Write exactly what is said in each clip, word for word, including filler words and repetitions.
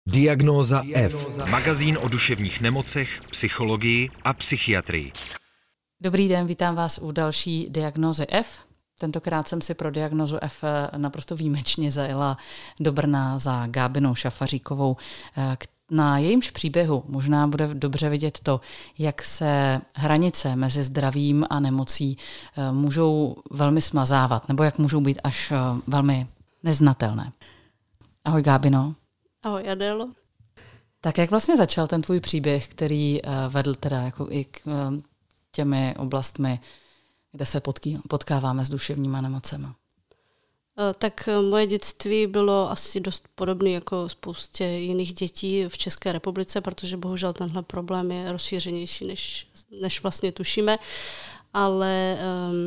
Diagnóza F. Magazín o duševních nemocech, psychologii a psychiatrii. Dobrý den, vítám vás u další diagnózy F. Tentokrát jsem si pro diagnózu F naprosto výjimečně zajela do Brna za Gábinou Šafaříkovou. Na jejímž příběhu možná bude dobře vidět to, jak se hranice mezi zdravím a nemocí můžou velmi smazávat, nebo jak můžou být až velmi neznatelné. Ahoj Gábino. Ahoj Adélo. Tak jak vlastně začal ten tvůj příběh, který vedl teda jako i k těmi oblastmi, kde se potkáváme s duševníma nemocema? Tak moje dětství bylo asi dost podobné jako spoustě jiných dětí v České republice, protože bohužel tenhle problém je rozšířenější, než, než vlastně tušíme. Ale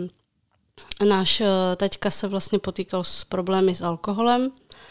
um, náš taťka se vlastně potýkal s problémy s alkoholem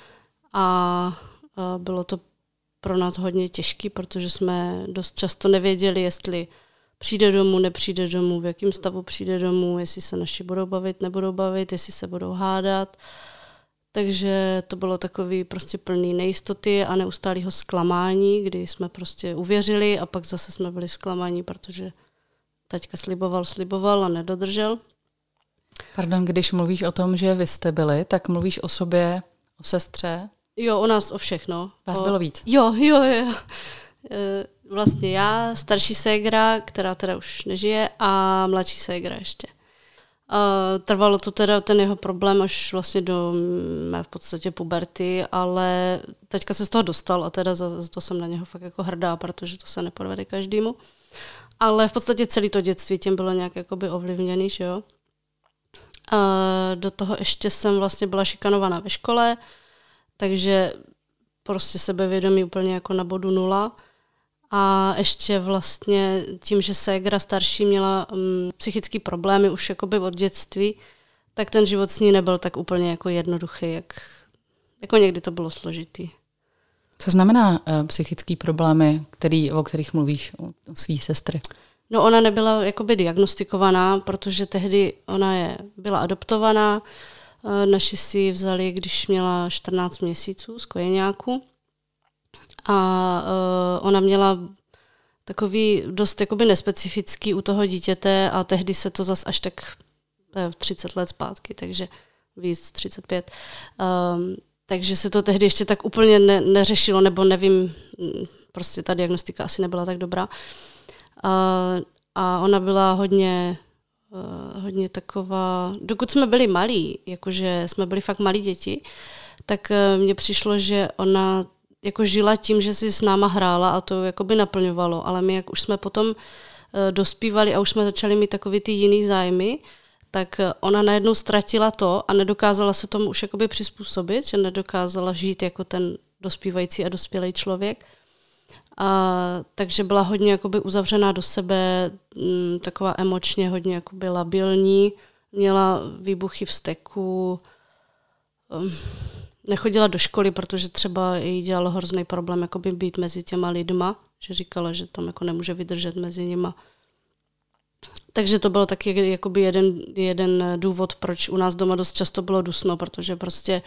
a uh, bylo to pro nás hodně těžké, protože jsme dost často nevěděli, jestli přijde domů, nepřijde domů, v jakém stavu přijde domů, jestli se naši budou bavit, nebudou bavit, jestli se budou hádat. Takže to bylo takový prostě plný nejistoty a neustálého zklamání, kdy jsme prostě uvěřili a pak zase jsme byli zklamáni, protože taťka sliboval, sliboval a nedodržel. Pardon, když mluvíš o tom, že vy jste byli, tak mluvíš o sobě, o sestře? Jo, o nás, o všechno. Vás o... bylo víc? Jo, jo, jo. Vlastně já, starší ségra, která teda už nežije, a mladší ségra ještě. Trvalo to teda ten jeho problém až vlastně do mé v podstatě puberty, ale teďka se z toho dostal a teda za, za to jsem na něho fakt jako hrdá, protože to se nepodvede každému. Ale v podstatě celé to dětství tím bylo nějak jakoby ovlivněný, že jo. A do toho ještě jsem vlastně byla šikanovaná ve škole, takže prostě sebevědomí úplně jako na bodu nula. A ještě vlastně tím, že ségra starší měla um, psychické problémy už jakoby od dětství, tak ten život s ní nebyl tak úplně jako jednoduchý, jak, jako někdy to bylo složitý. Co znamená uh, psychické problémy, který, o kterých mluvíš u, u svý sestry? No ona nebyla jakoby diagnostikovaná, protože tehdy ona je byla adoptovaná. Uh, naši si ji vzali, když měla čtrnáct měsíců z kojeňáku. A uh, ona měla takový dost jakoby nespecifický u toho dítěte a tehdy se to zas až tak třicet let zpátky, takže víc, třicet pět. Um, takže se to tehdy ještě tak úplně ne, neřešilo, nebo nevím, prostě ta diagnostika asi nebyla tak dobrá. Uh, a ona byla hodně, uh, hodně taková, dokud jsme byli malí, jakože jsme byli fakt malí děti, tak uh, mně přišlo, že ona jako žila tím, že si s náma hrála a to jakoby naplňovalo, ale my jak už jsme potom uh, dospívali a už jsme začali mít takový ty jiný zájmy, tak uh, ona najednou ztratila to a nedokázala se tomu už jakoby přizpůsobit, že nedokázala žít jako ten dospívající a dospělý člověk. A, takže byla hodně jakoby uzavřená do sebe, m, taková emočně hodně jakoby labilní, měla výbuchy vzteku, um, nechodila do školy, protože třeba jí dělalo hrozný problém jakoby být mezi těma lidma, že říkala, že tam jako nemůže vydržet mezi nima. Takže to byl taky jakoby jeden, jeden důvod, proč u nás doma dost často bylo dusno, protože prostě,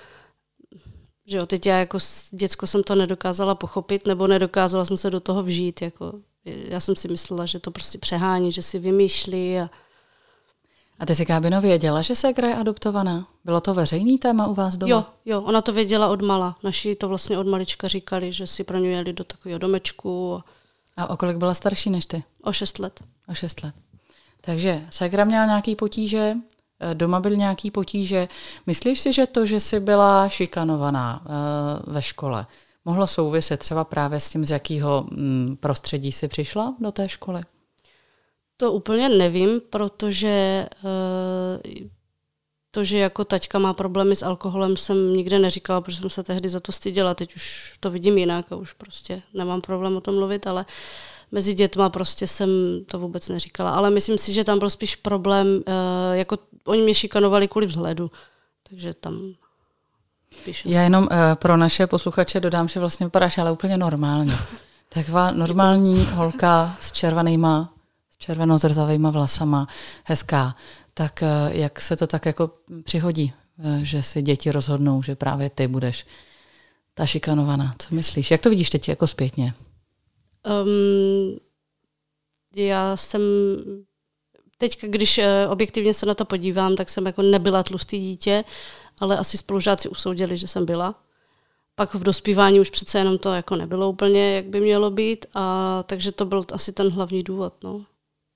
že jo, teď já jako děcko jsem to nedokázala pochopit, nebo nedokázala jsem se do toho vžít. Jako, já jsem si myslela, že to prostě přehání, že si vymýšlí a A ty si, Gábino, věděla, že ségra je adoptovaná? Bylo to veřejný téma u vás doma? Jo, jo, ona to věděla od mala. Naši to vlastně od malička říkali, že si pro ně jeli do takového domečku. A o kolik byla starší než ty? O šest let. O šest let. Takže ségra měla nějaký potíže, doma byl nějaký potíže. Myslíš si, že to, že jsi byla šikanovaná uh, ve škole, mohlo souviset třeba právě s tím, z jakého mm, prostředí jsi přišla do té školy? To úplně nevím, protože uh, to, že jako taťka má problémy s alkoholem, jsem nikde neříkala, protože jsem se tehdy za to styděla. Teď už to vidím jinak a už prostě nemám problém o tom mluvit, ale mezi dětma prostě jsem to vůbec neříkala. Ale myslím si, že tam byl spíš problém, uh, jako oni mě šikanovali kvůli vzhledu, takže tam píšu. Já jenom uh, pro naše posluchače dodám, že vlastně vypadáš ale úplně normálně. Taková normální holka s červenýma červenozrzavýma vlasama, hezká. Tak jak se to tak jako přihodí, že si děti rozhodnou, že právě ty budeš Ta šikanovaná, co myslíš? Jak to vidíš teď jako zpětně? Um, já jsem, teď, když objektivně se na to podívám, tak jsem jako nebyla tlustý dítě, ale asi spolužáci usoudili, že jsem byla. Pak v dospívání už přece jenom to jako nebylo úplně, jak by mělo být, a takže to byl asi ten hlavní důvod. No.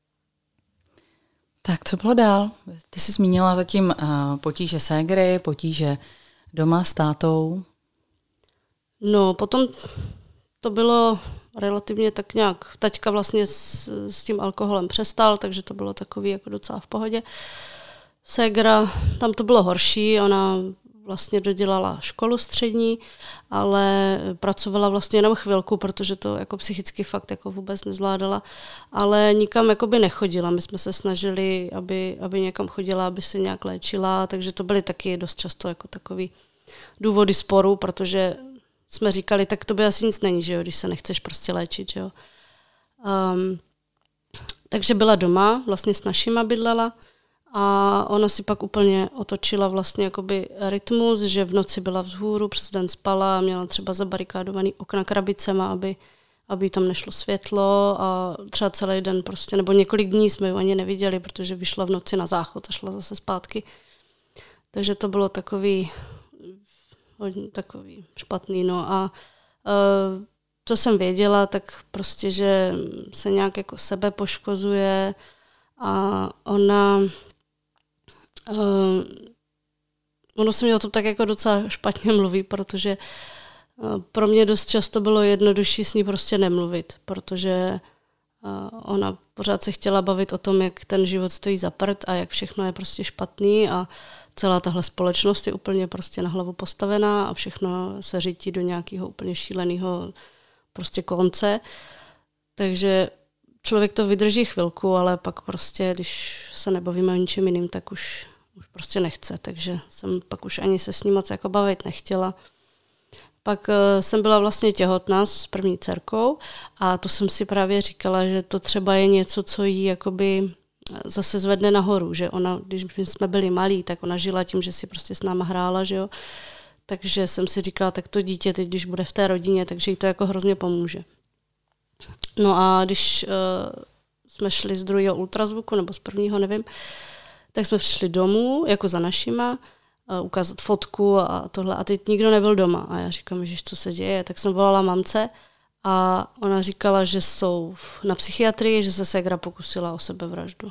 Tak co bylo dál? Ty jsi zmínila zatím uh, potíže ségry, potíže doma s tátou. No, potom to bylo relativně tak nějak, taťka vlastně s, s tím alkoholem přestal, takže to bylo takový jako docela v pohodě. Ségra, tam to bylo horší, ona vlastně dodělala školu střední, ale pracovala vlastně jenom chvilku, protože to jako psychicky fakt jako vůbec nezvládala, ale nikam jakoby nechodila. My jsme se snažili, aby, aby někam chodila, aby se nějak léčila, takže to byly taky dost často jako takový důvody sporu, protože jsme říkali, tak to by asi nic není, že jo, když se nechceš prostě léčit, že jo. Um, takže byla doma, vlastně s našima bydlela, a ona si pak úplně otočila vlastně jakoby rytmus, že v noci byla vzhůru, přes den spala, měla třeba zabarikádovaný okna krabicema, aby, aby tam nešlo světlo, a třeba celý den prostě, nebo několik dní jsme ji ani neviděli, protože vyšla v noci na záchod a šla zase zpátky. Takže to bylo takový, takový špatný. No a uh, to jsem věděla, tak prostě, že se nějak jako sebe poškozuje, a ona Uh, ono se mi o tom tak jako docela špatně mluví, protože uh, pro mě dost často bylo jednodušší s ní prostě nemluvit, protože uh, ona pořád se chtěla bavit o tom, jak ten život stojí za prd a jak všechno je prostě špatný a celá tahle společnost je úplně prostě na hlavu postavená a všechno se řítí do nějakého úplně šíleného prostě konce. Takže člověk to vydrží chvilku, ale pak prostě, když se nebavíme o ničem jiným, tak už, už prostě nechce. Takže jsem pak už ani se s ní moc jako bavit nechtěla. Pak uh, jsem byla vlastně těhotná s první dcerkou a to jsem si právě říkala, že to třeba je něco, co jí jakoby zase zvedne nahoru, že ona, když jsme byli malí, tak ona žila tím, že si prostě s náma hrála, že jo. Takže jsem si říkala, tak to dítě teď, když bude v té rodině, takže jí to jako hrozně pomůže. No a když uh, jsme šli z druhého ultrazvuku, nebo z prvního, nevím, tak jsme přišli domů, jako za našima, uh, ukázat fotku a tohle. A teď nikdo nebyl doma. A já říkám, že co se děje? Tak jsem volala mamce a ona říkala, že jsou na psychiatrii, že se ségra pokusila o sebevraždu.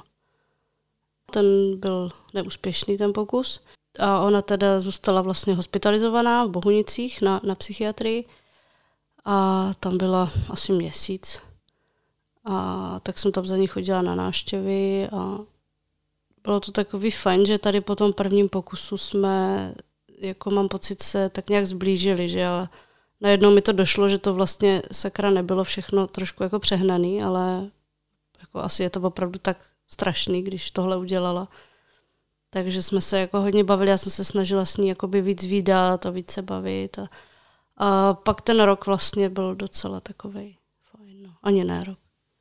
Ten byl neúspěšný, ten pokus. A ona teda zůstala vlastně hospitalizovaná v Bohunicích na, na psychiatrii. A tam byla asi měsíc. A tak jsem tam za ní chodila na návštěvy a bylo to takový fajn, že tady po tom prvním pokusu jsme, jako mám pocit, se tak nějak zblížili, že já, najednou mi to došlo, že to vlastně sakra nebylo všechno trošku jako přehnaný, ale jako asi je to opravdu tak strašný, když tohle udělala. Takže jsme se jako hodně bavili, já jsem se snažila s ní jakoby víc vídat a víc se bavit a A pak ten rok vlastně byl docela takovej fajn. No. Ani ne rok.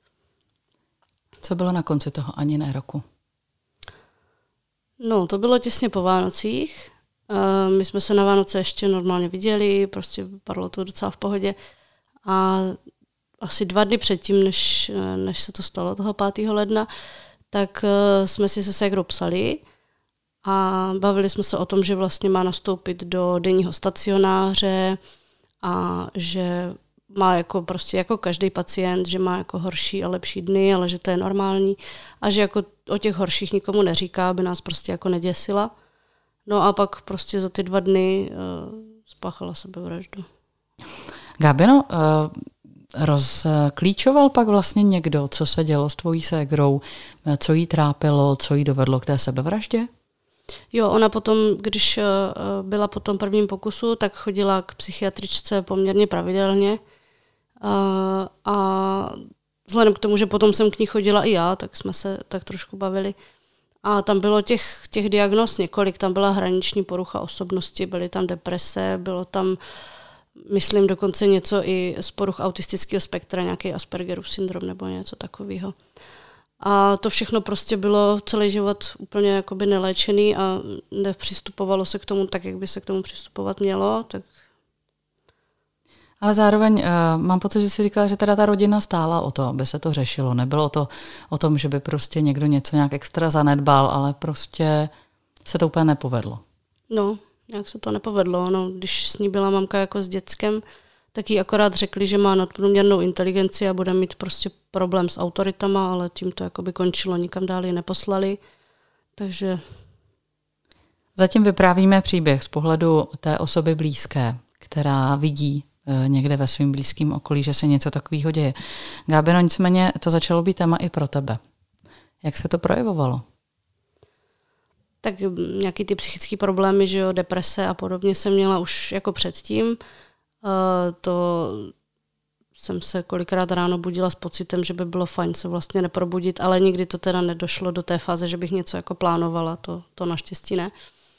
Co bylo na konci toho ani ne roku? No, to bylo těsně po Vánocích. My jsme se na Vánoce ještě normálně viděli, prostě vypadalo to docela v pohodě. A asi dva dny předtím, než, než se to stalo, toho pátého ledna, tak jsme si se ségrou psali a bavili jsme se o tom, že vlastně má nastoupit do denního stacionáře a že má jako prostě jako každý pacient, že má jako horší a lepší dny, ale že to je normální a že jako o těch horších nikomu neříká, aby nás prostě jako neděsila. No a pak prostě za ty dva dny uh, spáchala sebevraždu. Gábino, uh, rozklíčoval pak vlastně někdo, co se dělo s tvojí ségrou, co jí trápilo, co jí dovedlo k té sebevraždě? Jo, ona potom, když byla po tom prvním pokusu, tak chodila k psychiatričce poměrně pravidelně. A, a vzhledem k tomu, že potom jsem k ní chodila i já, tak jsme se tak trošku bavili. A tam bylo těch, těch diagnóz několik. Tam byla hraniční porucha osobnosti, byly tam deprese, bylo tam, myslím, dokonce něco i z poruch autistického spektra, nějaký Aspergerův syndrom nebo něco takového. A to všechno prostě bylo celý život úplně jakoby neléčený a nepřistupovalo se k tomu tak, jak by se k tomu přistupovat mělo. Tak Ale zároveň uh, mám pocit, že jsi říkala, že teda ta rodina stála o to, aby se to řešilo. Nebylo to o tom, že by prostě někdo něco nějak extra zanedbal, ale prostě se to úplně nepovedlo. No, nějak se to nepovedlo. No, když s ní byla mamka jako s dětskem, tak jí akorát řekli, že má nadprůměrnou inteligenci a bude mít prostě problém s autoritama, ale tím to jakoby končilo, nikam dál ji neposlali. Takže... Zatím vyprávíme příběh z pohledu té osoby blízké, která vidí e, někde ve svém blízkém okolí, že se něco takového děje. Gábino, nicméně to začalo být téma i pro tebe. Jak se to projevovalo? Tak nějaký ty psychické problémy, že jo, deprese a podobně jsem měla už jako předtím. E, to jsem se kolikrát ráno budila s pocitem, že by bylo fajn se vlastně neprobudit, ale nikdy to teda nedošlo do té fáze, že bych něco jako plánovala, to, to naštěstí ne.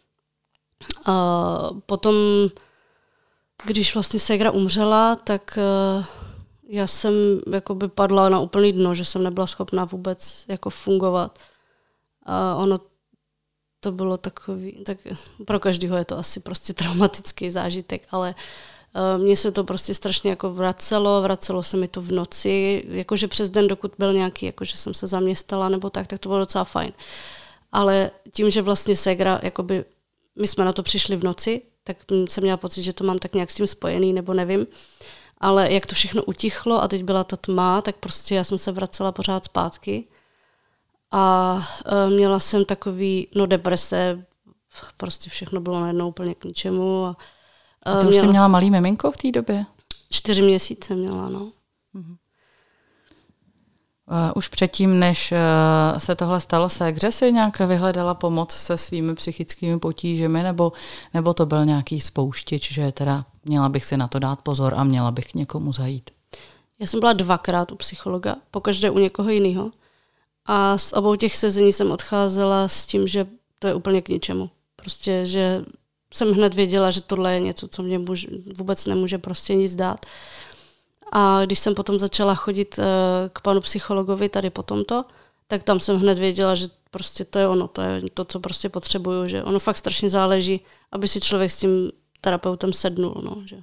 A potom, když vlastně ségra umřela, tak já jsem jakoby padla na úplný dno, že jsem nebyla schopná vůbec jako fungovat. A ono to bylo takový, tak pro každého je to asi prostě traumatický zážitek, ale mně se to prostě strašně jako vracelo, vracelo se mi to v noci, jakože přes den, dokud byl nějaký, jakože jsem se zaměstnala nebo tak, tak to bylo docela fajn. Ale tím, že vlastně ségra, jakoby my jsme na to přišli v noci, tak jsem měla pocit, že to mám tak nějak s tím spojený, nebo nevím. Ale jak to všechno utichlo a teď byla ta tma, tak prostě já jsem se vracela pořád zpátky. A e, měla jsem takový, no deprese, prostě všechno bylo najednou úplně k ničemu. A, e, a ty už měla jsi měla malý miminko v té době? Čtyři měsíce měla, no. Mhm. Uh, už předtím, než uh, se tohle stalo ségře, si nějak vyhledala pomoc se svými psychickými potížemi, nebo, nebo to byl nějaký spouštěč, že teda měla bych si na to dát pozor a měla bych k někomu zajít? Já jsem byla dvakrát u psychologa, pokaždé u někoho jiného. A z obou těch sezení jsem odcházela s tím, že to je úplně k ničemu. Prostě, že jsem hned věděla, že tohle je něco, co mě muž, vůbec nemůže prostě nic dát. A když jsem potom začala chodit k panu psychologovi tady po tomto, tak tam jsem hned věděla, že prostě to je ono, to je to, co prostě potřebuju, že ono fakt strašně záleží, aby si člověk s tím terapeutem sednul. No, že.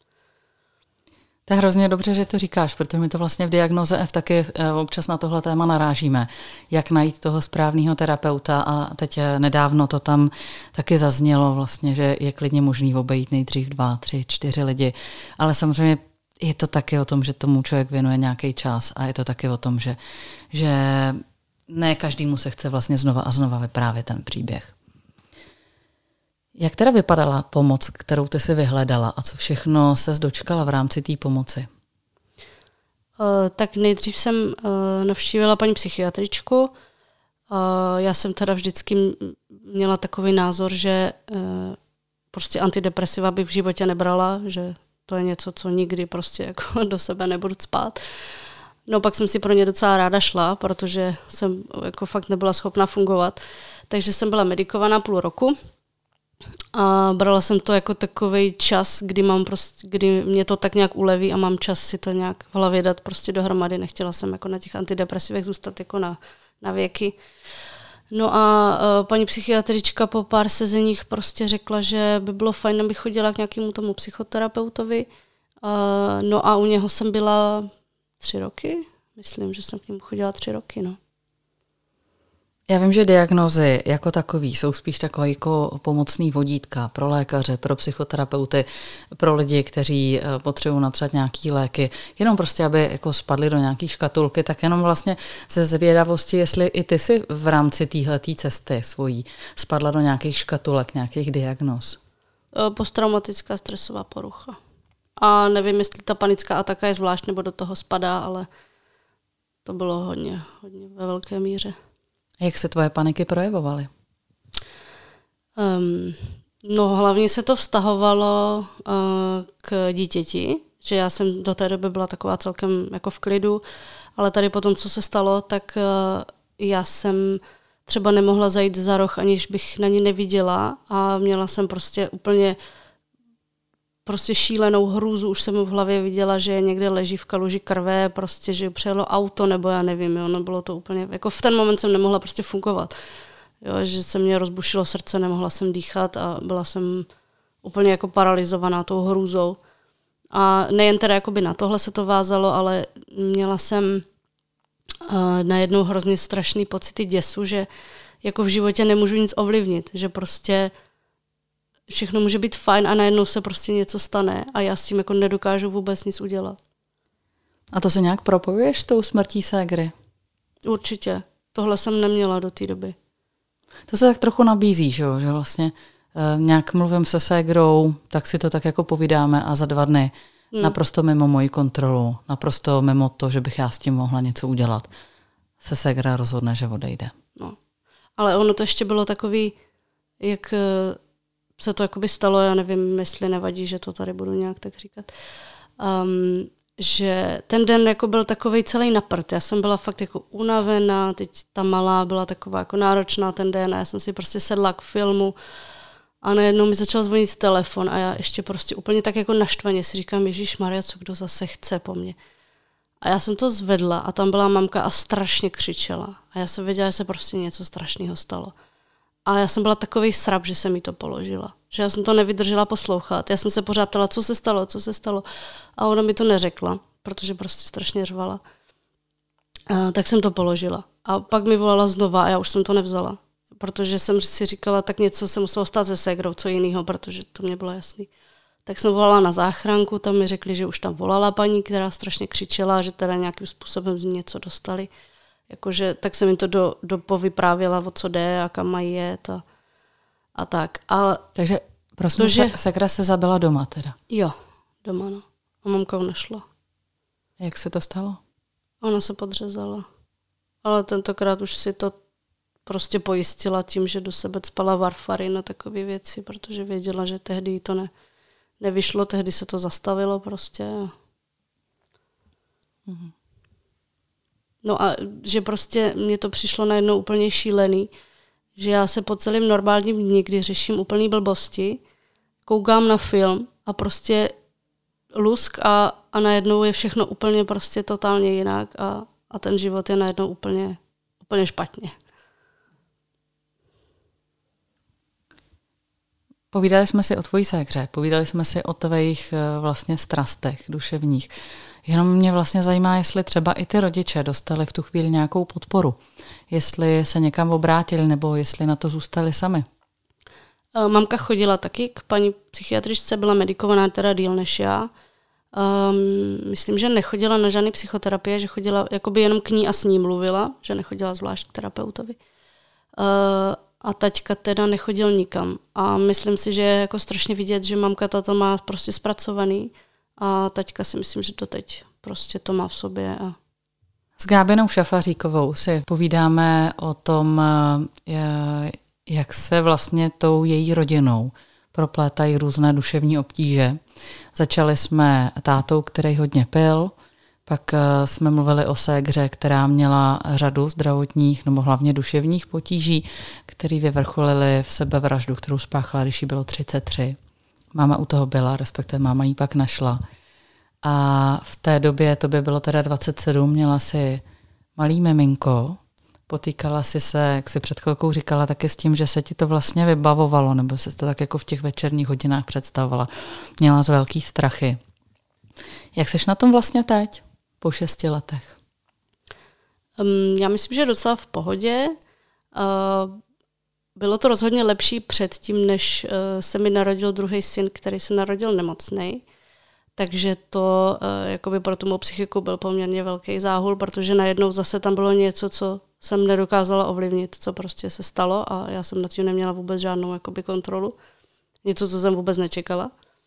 To je hrozně dobře, že to říkáš, protože my to vlastně v Diagnoze F taky občas na tohle téma narážíme. Jak najít toho správného terapeuta a teď nedávno to tam taky zaznělo vlastně, že je klidně možný obejít nejdřív dva, tři, čtyři lidi, ale samozřejmě je to taky o tom, že tomu člověk věnuje nějaký čas a je to taky o tom, že, že ne každému se chce vlastně znova a znova vyprávět ten příběh. Jak teda vypadala pomoc, kterou ty si vyhledala a co všechno ses dočkala v rámci té pomoci? Uh, tak nejdřív jsem uh, navštívila paní psychiatričku. Uh, já jsem teda vždycky měla takový názor, že uh, prostě antidepresiva bych v životě nebrala, že to je něco, co nikdy prostě jako do sebe nebudu cpát. No pak jsem si pro ně docela ráda šla, protože jsem jako fakt nebyla schopna fungovat. Takže jsem byla medikovaná půl roku a brala jsem to jako takovej čas, kdy mám prostě, kdy mě to tak nějak uleví a mám čas si to nějak v hlavě dát prostě dohromady. Nechtěla jsem jako na těch antidepresivech zůstat jako na, na věky. No a uh, paní psychiatrička po pár sezeních prostě řekla, že by bylo fajn, abych chodila k nějakému tomu psychoterapeutovi. Uh, no a u něho jsem byla tři roky. Myslím, že jsem k němu chodila tři roky, no. Já vím, že diagnózy jako takový jsou spíš takové jako pomocný vodítka pro lékaře, pro psychoterapeuty, pro lidi, kteří potřebují napsat nějaký léky, jenom prostě, aby jako spadli do nějaký škatulky, tak jenom vlastně ze zvědavosti, jestli i ty si v rámci téhletý cesty svojí spadla do nějakých škatulek, nějakých diagnóz. Posttraumatická stresová porucha. A nevím, jestli ta panická ataka je zvlášť, nebo do toho spadá, ale to bylo hodně, hodně ve velké míře. Jak se tvoje paniky projevovaly? Um, no hlavně se to vztahovalo uh, k dítěti, že já jsem do té doby byla taková celkem jako v klidu, ale tady potom, co se stalo, tak uh, já jsem třeba nemohla zajít za roh, aniž bych na ní neviděla a měla jsem prostě úplně prostě šílenou hrůzu, už jsem v hlavě viděla, že někde leží v kaluži krve, prostě, že přejelo auto, nebo já nevím, jo, no bylo to úplně, jako v ten moment jsem nemohla prostě fungovat, jo, že se mě rozbušilo srdce, nemohla jsem dýchat a byla jsem úplně jako paralizovaná tou hrůzou. A nejen teda jakoby na tohle se to vázalo, ale měla jsem uh, najednou hrozně strašný pocity děsu, že jako v životě nemůžu nic ovlivnit, že prostě všechno může být fajn a najednou se prostě něco stane a já s tím jako nedokážu vůbec nic udělat. A to se nějak propojuješ s tou smrtí ségry? Určitě. Tohle jsem neměla do té doby. To se tak trochu nabízí, že, že vlastně e, nějak mluvím se ségrou, tak si to tak jako povídáme a za dva dny hmm. naprosto mimo moji kontrolu, naprosto mimo to, že bych já s tím mohla něco udělat, se ségra rozhodne, že odejde. No. Ale ono to ještě bylo takový, jak se to jakoby stalo, já nevím, jestli nevadí, že to tady budu nějak tak říkat, um, že ten den jako byl takovej celý na prd. Já jsem byla fakt jako unavená, teď ta malá byla taková jako náročná ten den a já jsem si prostě sedla k filmu a najednou mi začal zvonit telefon a já ještě prostě úplně tak jako naštvaně si říkám, ježišmarja, co kdo zase chce po mně. A já jsem to zvedla a tam byla mamka a strašně křičela. A já jsem věděla, že se prostě něco strašného stalo. A já jsem byla takovej srab, že jsem jí to položila. Že já jsem to nevydržela poslouchat. Já jsem se pořád ptala, co se stalo, co se stalo. A ona mi to neřekla, protože prostě strašně řvala. A tak jsem to položila. A pak mi volala znova a já už jsem to nevzala. Protože jsem si říkala, tak něco se muselo stát se ségrou, co jiného, protože to mě bylo jasný. Tak jsem volala na záchranku, tam mi řekli, že už tam volala paní, která strašně křičela, že teda nějakým způsobem z ní něco dostali. Jakože, tak jsem jim to do, do povyprávěla, o co jde a kam mají jet a, a tak. Ale takže prosím, to, že... ségra se zabila doma teda? Jo, doma, no. A mamka nešla. Jak se to stalo? Ona se podřezala. Ale tentokrát už si to prostě pojistila tím, že do sebe spala varfarin a takové věci, protože věděla, že tehdy jí to ne, nevyšlo, tehdy se to zastavilo prostě. Mhm. No a že prostě mně to přišlo najednou úplně šílený, že já se po celém normálním dni, kdy řeším úplný blbosti, koukám na film a prostě lusk a, a najednou je všechno úplně prostě totálně jinak a, a ten život je najednou úplně, úplně špatně. Povídali jsme si o tvojí ségře, povídali jsme si o tvých vlastně strastech duševních. Jenom mě vlastně zajímá, jestli třeba i ty rodiče dostali v tu chvíli nějakou podporu. Jestli se někam obrátili, nebo jestli na to zůstali sami. Mamka chodila taky k paní psychiatričce, byla medikovaná teda díl než já. Um, myslím, že nechodila na žádný psychoterapie, že chodila jakoby jenom k ní a s ní mluvila, že nechodila zvlášť k terapeutovi. Uh, a taťka teda nechodil nikam. A myslím si, že je jako strašně vidět, že mamka tato má prostě zpracovaný a taťka si myslím, že doteď prostě to má v sobě. A... S Gábinou Šafaříkovou si povídáme o tom, jak se vlastně tou její rodinou proplétají různé duševní obtíže. Začali jsme tátou, který hodně pil, pak jsme mluvili o ségře, která měla řadu zdravotních, nebo hlavně duševních potíží, které vyvrcholily v sebevraždu, kterou spáchala, když jí bylo třicet tři. Máma u toho byla, respektive máma jí pak našla. A v té době, to by bylo teda dvacet sedm, měla si malý miminko, potýkala si se, jak si před chvilkou říkala, taky s tím, že se ti to vlastně vybavovalo, nebo se to tak jako v těch večerních hodinách představovala. Měla z velký strachy. Jak seš na tom vlastně teď, po šesti letech? Um, já myslím, že docela v pohodě. Uh, bylo to rozhodně lepší předtím, než uh, se mi narodil druhý syn, který se narodil nemocnej. Takže to uh, jakoby pro tu mou psychiku byl poměrně velký záhul, protože najednou zase tam bylo něco, co jsem nedokázala ovlivnit, co prostě se stalo a já jsem nad tím neměla vůbec žádnou jakoby kontrolu. Něco, co jsem vůbec nečekala.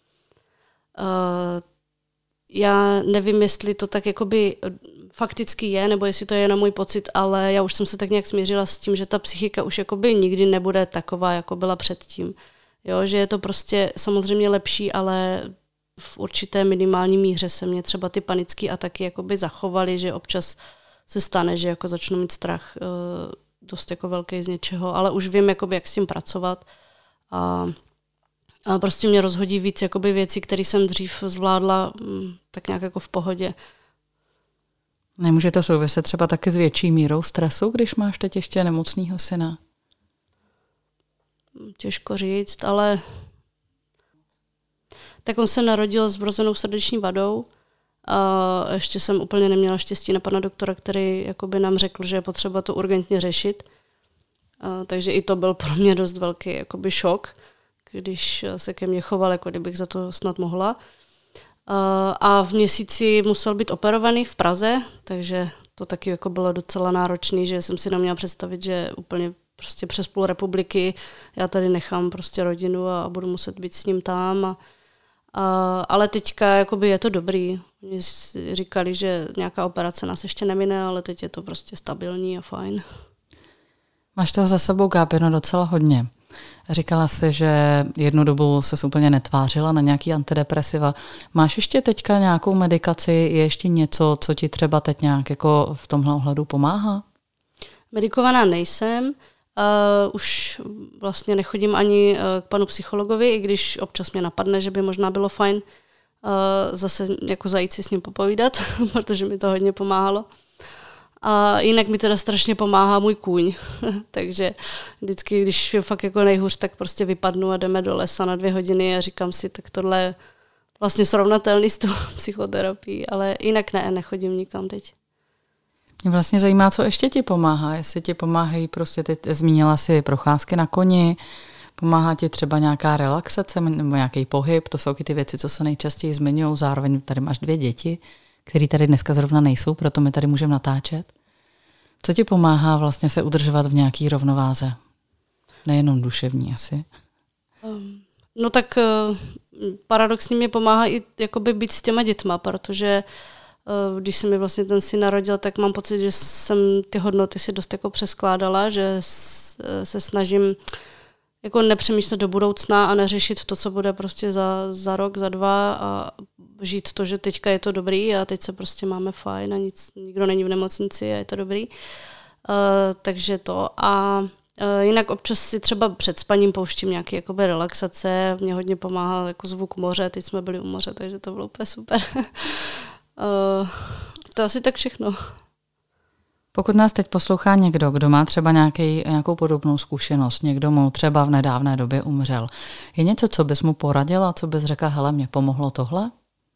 Uh, já nevím, jestli to tak jakoby fakticky je, nebo jestli to je jenom můj pocit, ale já už jsem se tak nějak smířila s tím, že ta psychika už jakoby nikdy nebude taková, jako byla předtím. Jo, že je to prostě samozřejmě lepší, ale v určité minimální míře se mě třeba ty panické ataky jakoby zachovaly, že občas se stane, že jako začnu mít strach uh, dost jako velký z něčeho, ale už vím, jakoby, jak s tím pracovat a, a prostě mě rozhodí víc jakoby věcí, které jsem dřív zvládla um, tak nějak jako v pohodě. Nemůže to souviset třeba taky s větší mírou stresu, když máš teď ještě nemocného syna? Těžko říct, ale tak on se narodil s vrozenou srdeční vadou. A ještě jsem úplně neměla štěstí na pana doktora, který jakoby nám řekl, že je potřeba to urgentně řešit. A takže i to byl pro mě dost velký jakoby šok, když se ke mně choval, jako kdybych za to snad mohla. A, a v měsíci musel být operovaný v Praze, takže to taky jako bylo docela náročný, že jsem si neměla představit, že úplně prostě přes půl republiky já tady nechám prostě rodinu a, a budu muset být s ním tam. A, a, ale teďka jakoby je to dobrý. Oni říkali, že nějaká operace nás ještě nemine, ale teď je to prostě stabilní a fajn. Máš toho za sebou, Gábino, docela hodně. Říkala jsi, že jednu dobu ses úplně netvářila na nějaký antidepresiva. Máš ještě teďka nějakou medikaci? Je ještě něco, co ti třeba teď nějak jako v tomhle ohledu pomáhá? Medikovaná nejsem. Uh, už vlastně nechodím ani k panu psychologovi, i když občas mě napadne, že by možná bylo fajn uh, zase jako zajít si s ním popovídat, protože mi to hodně pomáhalo. A jinak mi teda strašně pomáhá můj kůň. Takže vždycky, když je fakt jako nejhůř, tak prostě vypadnu a jdeme do lesa na dvě hodiny a říkám si, tak tohle je vlastně srovnatelný s tou psychoterapií, ale jinak ne, nechodím nikam teď. Mě vlastně zajímá, co ještě ti pomáhá. Jestli ti pomáhají, prostě ty zmínila si procházky na koni, pomáhá ti třeba nějaká relaxace nebo nějaký pohyb, to jsou ty věci, co se nejčastěji zmiňují. Zároveň tady máš dvě děti, který tady dneska zrovna nejsou, proto my tady můžeme natáčet. Co ti pomáhá vlastně se udržovat v nějaký rovnováze? Nejenom duševní asi. Um, no tak uh, paradoxně mě pomáhá i jakoby být s těma dětma, protože uh, když se mi vlastně ten syn narodil, tak mám pocit, že jsem ty hodnoty si dost jako přeskládala, že s, se snažím jako nepřemýšlet do budoucna a neřešit to, co bude prostě za, za rok, za dva a žít to, že teďka je to dobrý a teď se prostě máme fajn a nic, nikdo není v nemocnici a je to dobrý. Uh, takže to. A uh, jinak občas si třeba před spaním pouštím nějaké jakoby relaxace. Mě hodně pomáhá jako zvuk moře. Teď jsme byli u moře, takže to bylo úplně super. uh, to asi tak všechno. Pokud nás teď poslouchá někdo, kdo má třeba nějaký, nějakou podobnou zkušenost, někdo mu třeba v nedávné době umřel, je něco, co bys mu poradila, co bys řekla, hele, mě pomohlo tohle?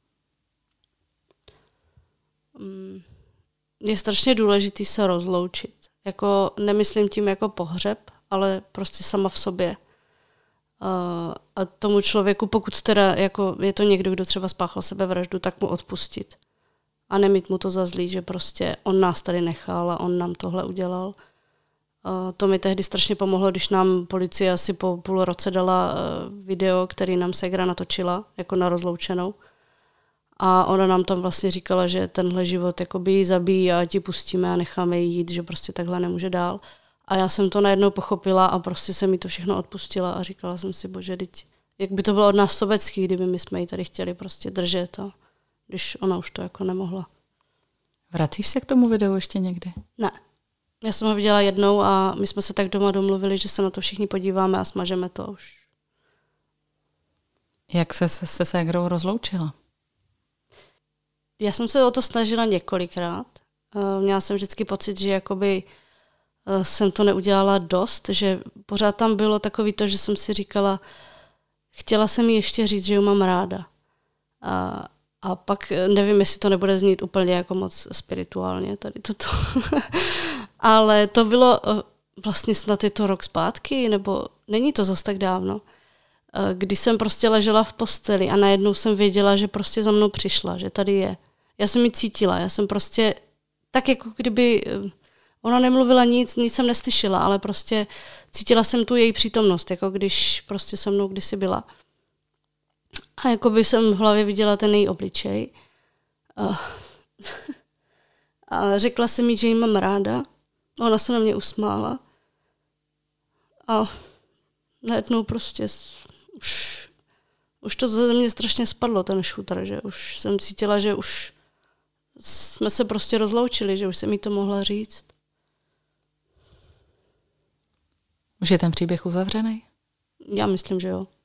Je strašně důležitý se rozloučit. Jako, nemyslím tím jako pohřeb, ale prostě sama v sobě. Uh, a tomu člověku, pokud teda jako je to někdo, kdo třeba spáchal sebevraždu, tak mu odpustit. A nemít mu to za zlý, že prostě on nás tady nechal a on nám tohle udělal. Uh, to mi tehdy strašně pomohlo, když nám policie asi po půl roce dala uh, video, který nám ségra natočila, jako na rozloučenou. A ona nám tam vlastně říkala, že tenhle život jakoby ji zabíjí a ti pustíme a necháme ji jít, že prostě takhle nemůže dál. A já jsem to najednou pochopila a prostě jsem mi to všechno odpustila a říkala jsem si, bože, teď, jak by to bylo od nás sobeckých, kdyby my jsme ji tady chtěli prostě držet a když ona už to jako nemohla. Vracíš se k tomu videu ještě někdy? Ne. Já jsem ho viděla jednou a my jsme se tak doma domluvili, že se na to všichni podíváme a smažeme to už. Jak se se, se ségrou rozloučila? Já jsem se o to snažila několikrát. Měla jsem vždycky pocit, že jakoby jsem to neudělala dost, že pořád tam bylo takový to, že jsem si říkala, chtěla jsem jí ještě říct, že ji mám ráda. A, a pak nevím, jestli to nebude znít úplně jako moc spirituálně tady toto. Ale to bylo vlastně snad je to rok zpátky, nebo není to zas tak dávno, kdy jsem prostě ležela v posteli a najednou jsem věděla, že prostě za mnou přišla, že tady je. Já jsem ji cítila, já jsem prostě tak jako kdyby, ona nemluvila nic, nic jsem neslyšela, ale prostě cítila jsem tu její přítomnost, jako když prostě se mnou kdysi byla. A jako by jsem v hlavě viděla ten její obličej. A, a řekla jsem jí, že ji mám ráda. Ona se na mě usmála. A najednou prostě už, už to ze mě strašně spadlo, ten šutr, že už jsem cítila, že už jsme se prostě rozloučili, že už jsem jí to mohla říct. Už je ten příběh uzavřený? Já myslím, že jo.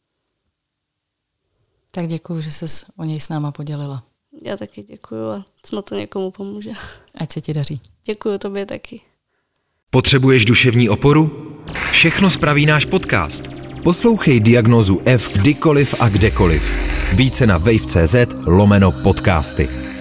Tak děkuju, že ses o něj s náma podělila. Já taky děkuju a snad to někomu pomůže. Ať se ti daří. Děkuju tobě taky. Potřebuješ duševní oporu? Všechno spraví náš podcast. Poslouchej Diagnózu F kdykoliv a kdekoliv. Více na wave tečka cz lomeno podcasty.